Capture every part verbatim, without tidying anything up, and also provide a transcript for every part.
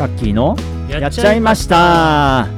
タッキーのやっちゃいました。はい、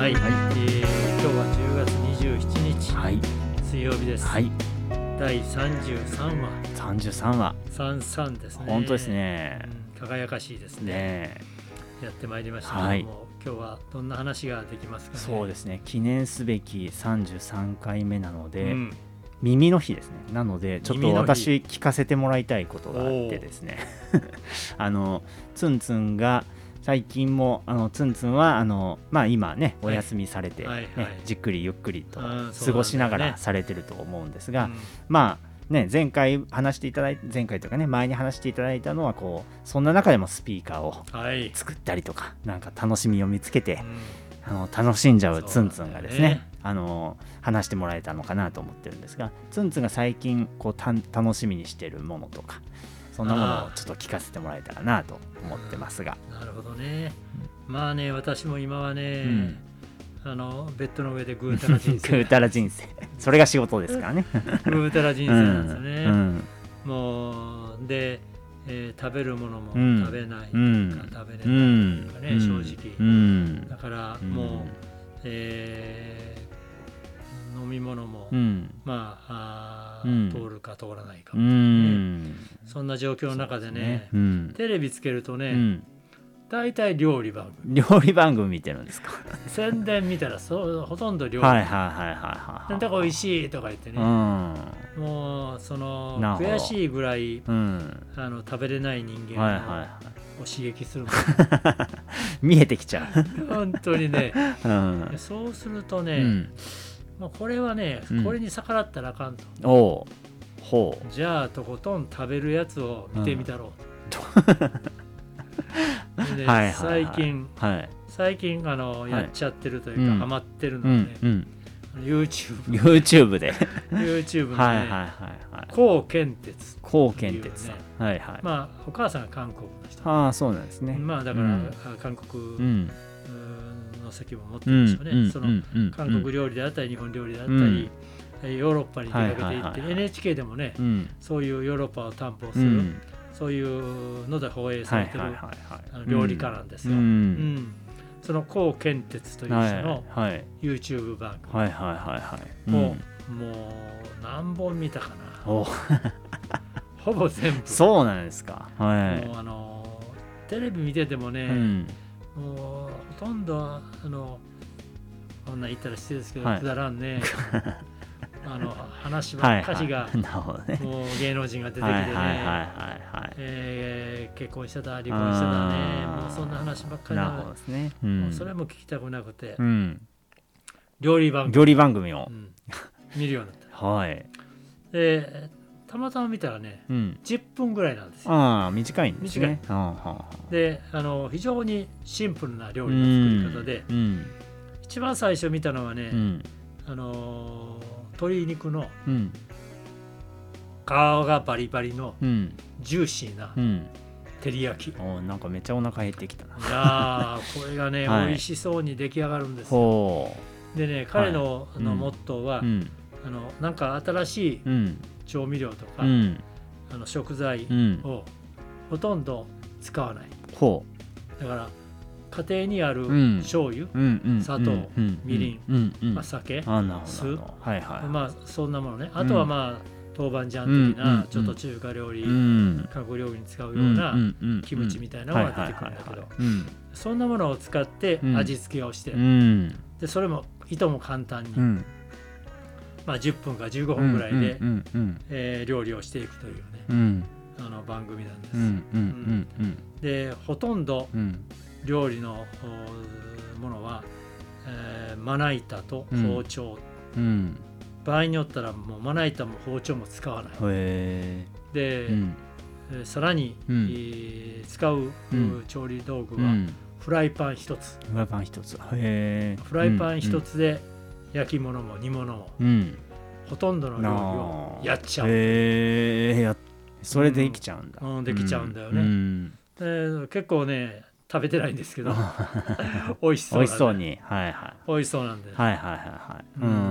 はい、えー、今日はじゅうがつにじゅうしちにち、はい、水曜日です。 はい、 だいさんじゅうさんわさんじゅうさんわさんじゅうさんですね。 本当ですね、 うん、輝かしいですね。ねやってまいりましたけども、はい、今日はどんな話ができますかね。 そうですね、記念すべきさんじゅうさんかいめなので、うん、耳の日ですね。なのでちょっと私聞かせてもらいたいことがあってですねあのツンツンが最近もあのツンツンはあの、まあ、今ねお休みされて、ね、はいはいはい、じっくりゆっくりと過ごしながらされてると思うんですが、うん、まあね、前回話していただいて前回とかね前に話していただいたのはこうそんな中でもスピーカーを作ったりとか、はい、なんか楽しみを見つけて、うん、あの楽しんじゃうツンツンがですね、ねあの話してもらえたのかなと思ってるんですが、ツンツンが最近こうた楽しみにしているものとかそんなものをちょっと聞かせてもらえたらなと思ってますが。 なるほどね、うん、まあね私も今はね、うんあのベッドの上でぐうたら人生ぐうたら人生それが仕事ですからねぐうたら人生なんですよね、うんうん、もうで、えー、食べるものも食べないとか、うん、食べれないとかね、うん、正直、うん、だからもう、うんえー、飲み物も、うん、まあ、あ、うん、通るか通らないかみたいな、ねうん、そんな状況の中で ね, でね、うん、テレビつけるとね、うん大体料理番組料理番組見てるんですか宣伝見たらそうほとんど料理はいはいはいはいはいなんだか美味しいとか言ってね、うん、もうその悔しいぐらい、うん、あの食べれない人間を刺激するの、はいはいはい、 見えてきちゃう本当にね、うん、そうするとね、うん、もうこれはね、うん、これに逆らったらあかんとおほうじゃあとことん食べるやつを見てみたろうと、うんねはいはいはい、最近、はい、最近あの、はい、やっちゃってるというか、うん、ハマってるのはね、うん、YouTube YouTube で YouTube のね、はいはいはいはい、高健鉄高健鉄さん、はいはい、 まあお母さんが韓国の人ああそうなんですね、 まあだから、うん、韓国の籍も持ってるんでしょうね、うん、その、うん、韓国料理であったり日本料理であったり、うん、ヨーロッパに出かけていって、はいはいはい、エヌエイチケー でもね、うん、そういうヨーロッパを担保する、うんそういうので放映されてる料理家なんですよ、うんうん、その高健鉄という人の YouTube 番組、はいはいはいはい、もう、もう何本見たかなほぼ全部そうなんですか、 はい、もうあのテレビ見ててもね、うん、もうほとんどあのこんなん言ったら失礼ですけど、はい、くだらんねあの話ばっかしが、はいはいね、もう芸能人が出てきてね結婚してた離婚してたねもうそんな話ばっかりなのですね、うん、もうそれも聞きたくなくて、うん、料理番組料理番組を、うん、 見るようになった、はい、でたまたま見たらね、うん、じゅっぷんぐらいなんですよ。 ああ短いんですね。 短い、はあはあ、であの非常にシンプルな料理の作り方で、うん、一番最初見たのはね、うん、あの鶏肉の皮がバリバリのジューシーな照り焼き、 うん、おなんかめっちゃお腹減ってきたな。 いやこれがね、はい、美味しそうに出来上がるんですよ。でね彼 の,、はい、のモットーは、うん、あのなんか新しい調味料とか、うん、あの食材をほとんど使わない、うん、だから家庭にある醤油、うん、砂糖、うん、みりん、うんまあ、酒、酢、はいはい、まあそんなものね。あとはまあ豆板醤的なちょっと中華料理、韓国料理に使うようなキムチみたいなのが出てくるんだけど、そんなものを使って味付けをして、でそれもいとも簡単に、まあ、じゅっぷんかじゅうごふんぐらいで、えー、料理をしていくというね、あの番組なんです。でほとんど料理のものは、えー、まな板と包丁、うん、場合によったらもうまな板も包丁も使わないで、うんえー、さらに、うんえー、使う、うん、調理道具はフライパン一つ、 フライパン一つへフライパン一つで焼き物も煮物も、うん、ほとんどの料理をやっちゃう。 へやそれでできちゃうんだ、 うんうん、できちゃうんだよね、うん、で結構ね食べてないんですけど美味しそう、 美味しそうに、はいはい、 美味しそうなんで、 はいはいはいはい、 うん、だから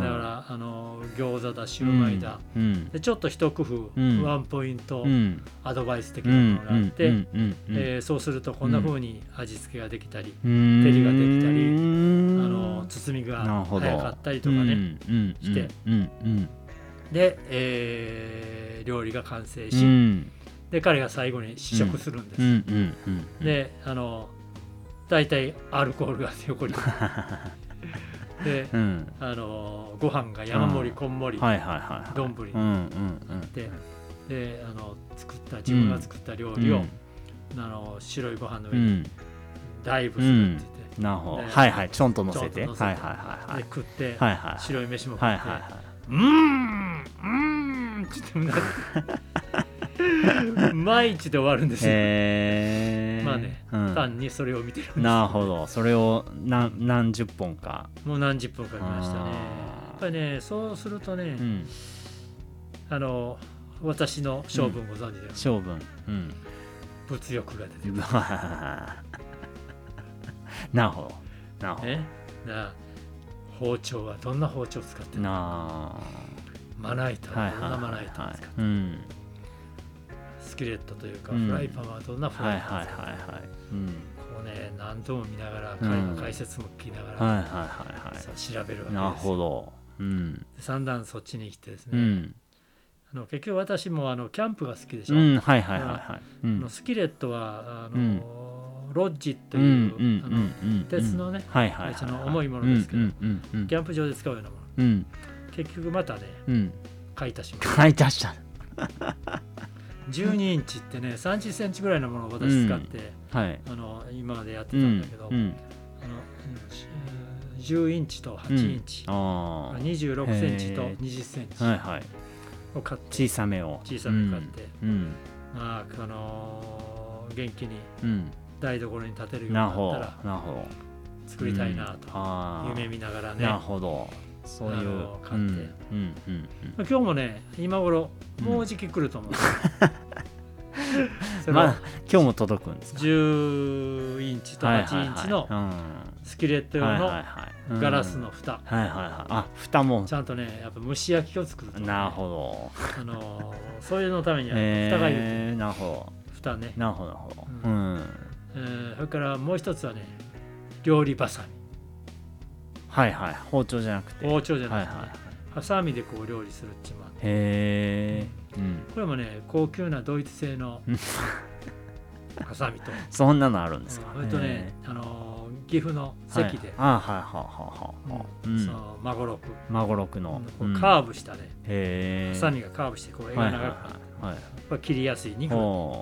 あの餃子だシューマイだ、うん、でちょっと一工夫、うん、ワンポイント、うん、アドバイス的なものがあって、うんうんえー、そうするとこんな風に味付けができたり、うん、照りができたり、あの包みが早かったりとかね、うん、して、うんうん、で、えー、料理が完成し、うん、で彼が最後に試食するんです、うんうんうんうん、であのだいたいアルコールが横にで、うん、あのご飯が山盛りこん盛り丼にあってであの作った自分が作った料理を、うん、あの白いご飯の上にダイブするって言って、 うん、なるほどはいはいちょんと乗せてはいはいはいで食って、 はいはい、 白い飯も食って、はいはいはい、うーんうーんって言って毎日で終わるんですよ。へまあね、うん、単にそれを見てるんです。 なるほど、それを何何十本か。 もう何十本か見ましたね。やっぱりね、そうするとね、うん、あの私の性分ご存知で、うん、 性分、うん、 物欲が出てくる。 なるほど、なるほど。 ね、な包丁はどんな包丁を使ってるのか。まな板はどんなまな板を使ってるのか。スキレットというか、うん、フライパンはどんなフライパンですか、ね、こうね何度も見ながら彼の解説も聞きながら、うん、調べるわけですよ。 なるほど、うん、 三段そっちに来てですね、うん、あの結局私もあのキャンプが好きでしょ、 うん、はいはいはいはい、うん、 スキレットはあの、うん、ロッジという、うん、あの鉄のね、会社の重いものですけど、うんうんうん、キャンプ場で使うようなもの、うん、結局またね、うん、買い足しました買い足したじゅうにインチってねさんじゅっセンチぐらいのものを私使って、うんはい、あの今までやってたんだけど、うんうん、あのじゅうインチとはちインチ、うん、にじゅうろくセンチとにじゅっセンチを買って、 小さめを小さめ買って、うん、まああのー、元気に台所に立てるようになったら作りたいなと、うん、夢見ながらね。 なるほど、そういうのを買って、うんうんうんうん、今日もね今頃もうじき来ると思う、 うん、まあ今日も届くんですか。 じゅうインチとはちインチのスキレット用のガラスの蓋、 あ蓋もちゃんとねやっぱ蒸し焼きを作ると、ね、 なるほど、あのー、そういうのためには蓋がいる、えー、なるほど蓋ね、 なるほどなるほど、うんうんえー、それからもう一つはね料理バサミ、 はいはい、包丁じゃなくて包丁じゃなくて、ね、はいはい、ハサミでこう料理するっていうのもあって、 へー、うん、 これもね高級なドイツ製のハサミとそんなのあるんですか。 それとね、あのー、岐阜の関で、 はい、あはいはいはいはい、 うん、そのマゴロクマゴロクの、 うん、カーブしたね、 へハサミがカーブしてこう絵が長くなって、はいはいはい、これ切りやすいにふん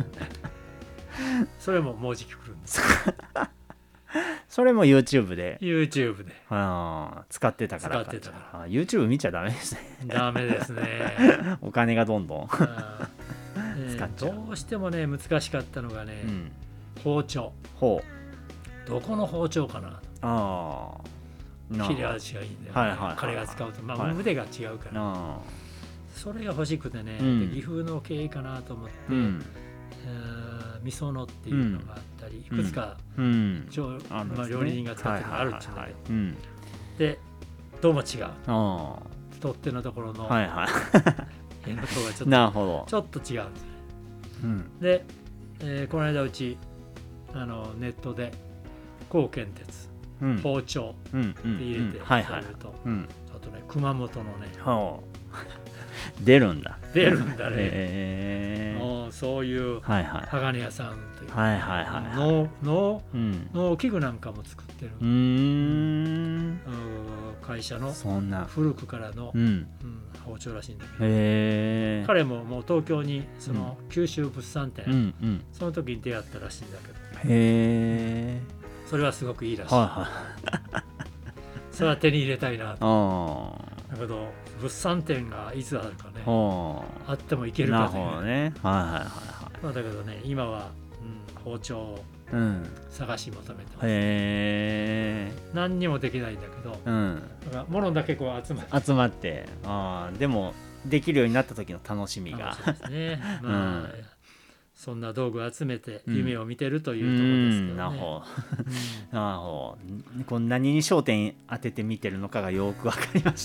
それももうじき来るんですそれも YouTube で YouTube であ使ってたから使ってたからあ YouTube 見ちゃダメですねダメですねお金がどんどん使っちゃう、どうしてもね難しかったのがね、うん、包丁ほうどこの包丁かなあ切れ味がいいんだよね、はいはいはいはい、彼が使うと、まあ、腕が違うから、はい、それが欲しくてね、うん、で岐阜の経営かなと思って、うんみそのっていうのがあったり、いくつか、うんまあ、料理人が使ってるのがあるっちゅうんだけど、でどうも違う取っ手のところのはいはい辺のところがちょっとなるほどちょっと違うんですね、うん、で、えー、この間うちあのネットで高健鉄、うん、包丁って入れて調べると、あとね熊本のね、はあ出るんだ出るんだね、えー、もうそういう鋼屋さんという農農機具なんかも作ってるうーん会社の古くからの、うんうん、包丁らしいんだけど、えー、彼ももう東京にその九州物産展、うんうん、その時に出会ったらしいんだけど、へーそれはすごくいいらしい、はいはい、それは手に入れたいなとだけど物産展がいつあるかねあってもいけるかという、 なるほどね、はいはいはいはい、 まあ、だけどね今は、うん、包丁を探し求めてます、うん、 へー何にもできないんだけど、うん、だから物だけこう集まって集まってあでもできるようになった時の楽しみが楽しみですね、まあうん、そんな道具を集めて夢を見てるというところですけどね、うん、なるほど、 なるほどこう何に焦点当てて見てるのかがよく分かりました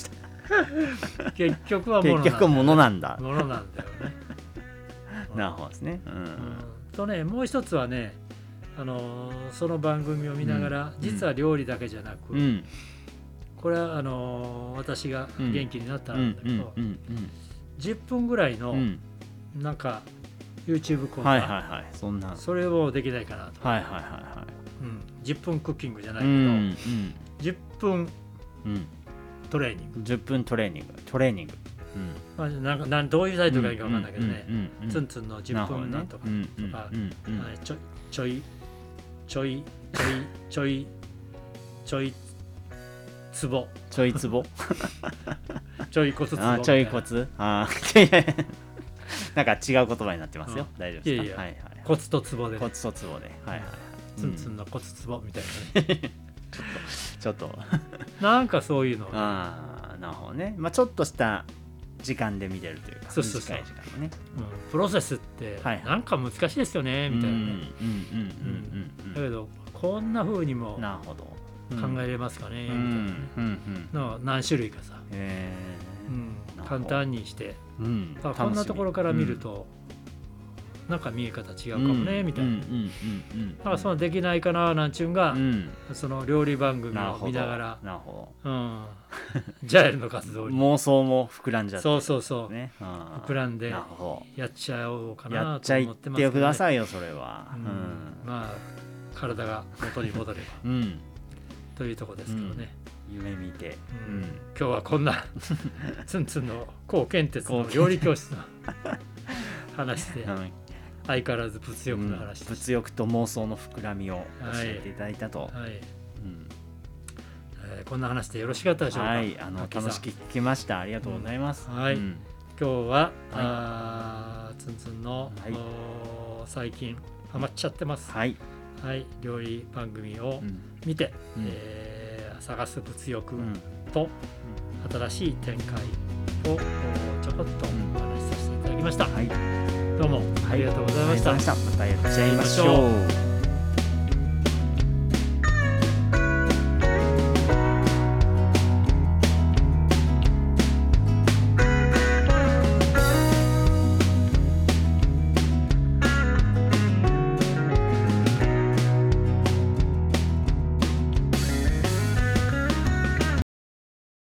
結局はものなんだ、ね、 結局ものなんだものなんだよねなるほどですね、うんうん、とねもう一つはねあのー、その番組を見ながら、うん、実は料理だけじゃなく、うん、これはあのー、私が元気になったんだけど、じゅっぷんぐらいのなんか YouTube コーナー、 はいはいはい、そんなそれをできないかなと、 はいはいはいはい、 うん、じゅっぷんクッキングじゃないけど、うんうん、じゅっぷんトレーニング、 じゅっぷんトレーニングトレーニング、 うんまあ、なんかなんどういうタイトルがいいか分かんないけどね、ツンツンのじゅっぷんなんとか、ね、とか、うんうんうん、ちょちょいちょいちょいちょいちょいつぼちょいつぼちょいこつつぼあちょいこつあなんか違う言葉になってますよ、大丈夫ですか。いやいや、はいはい、 コツとツボで、ね、 コツとツボで、はいはいはい、 ツンツンのコツツボみたいなねちょっとなんかそういうの、ね、 ああなるほどね、まあちょっとした時間で見れるというか、 そうそうそう、 短い時間のね、 うん、プロセスってなんか難しいですよね、はい、みたいなね、だけどこんな風にもなるほど考えれますかね、うん、みたいなね、うんうん、の何種類かさ、えーうん、簡単にして、うん、こんなところから見ると、うん、なんか見え方違うかもね、うん、みたいな、うんうんうん、だからそのできないかななんちゅうんが、うん、その料理番組を見ながら、なるほど、うん、ジャイルの活動に妄想も膨らんじゃって、 そうそうそう、ね、膨らんでやっちゃおうかなと思ってますけど、ね、 やっちゃいってくださいよそれは、うんうん、 まあ体が元に戻れば、うんというとこですけどね、 うん、夢見て、 うん、今日はこんなツンツンの高健鉄の料理教室の話で、相変わらず物欲の話で、 うん、物欲と妄想の膨らみを教えていただいたと、はいはい、うんえー、こんな話でよろしかったでしょうか。 はい、あの楽しく聞きました。ありがとうございます、 うん、はい、うん、今日は、はい、あツンツンの、はい、最近ハマっちゃってます、はいはい、料理番組を見て、うんえー、探す物欲と新しい展開をちょこっとお話しさせていただきました、はい、どうもありがとうございました、 はい、またやっちゃいましょう。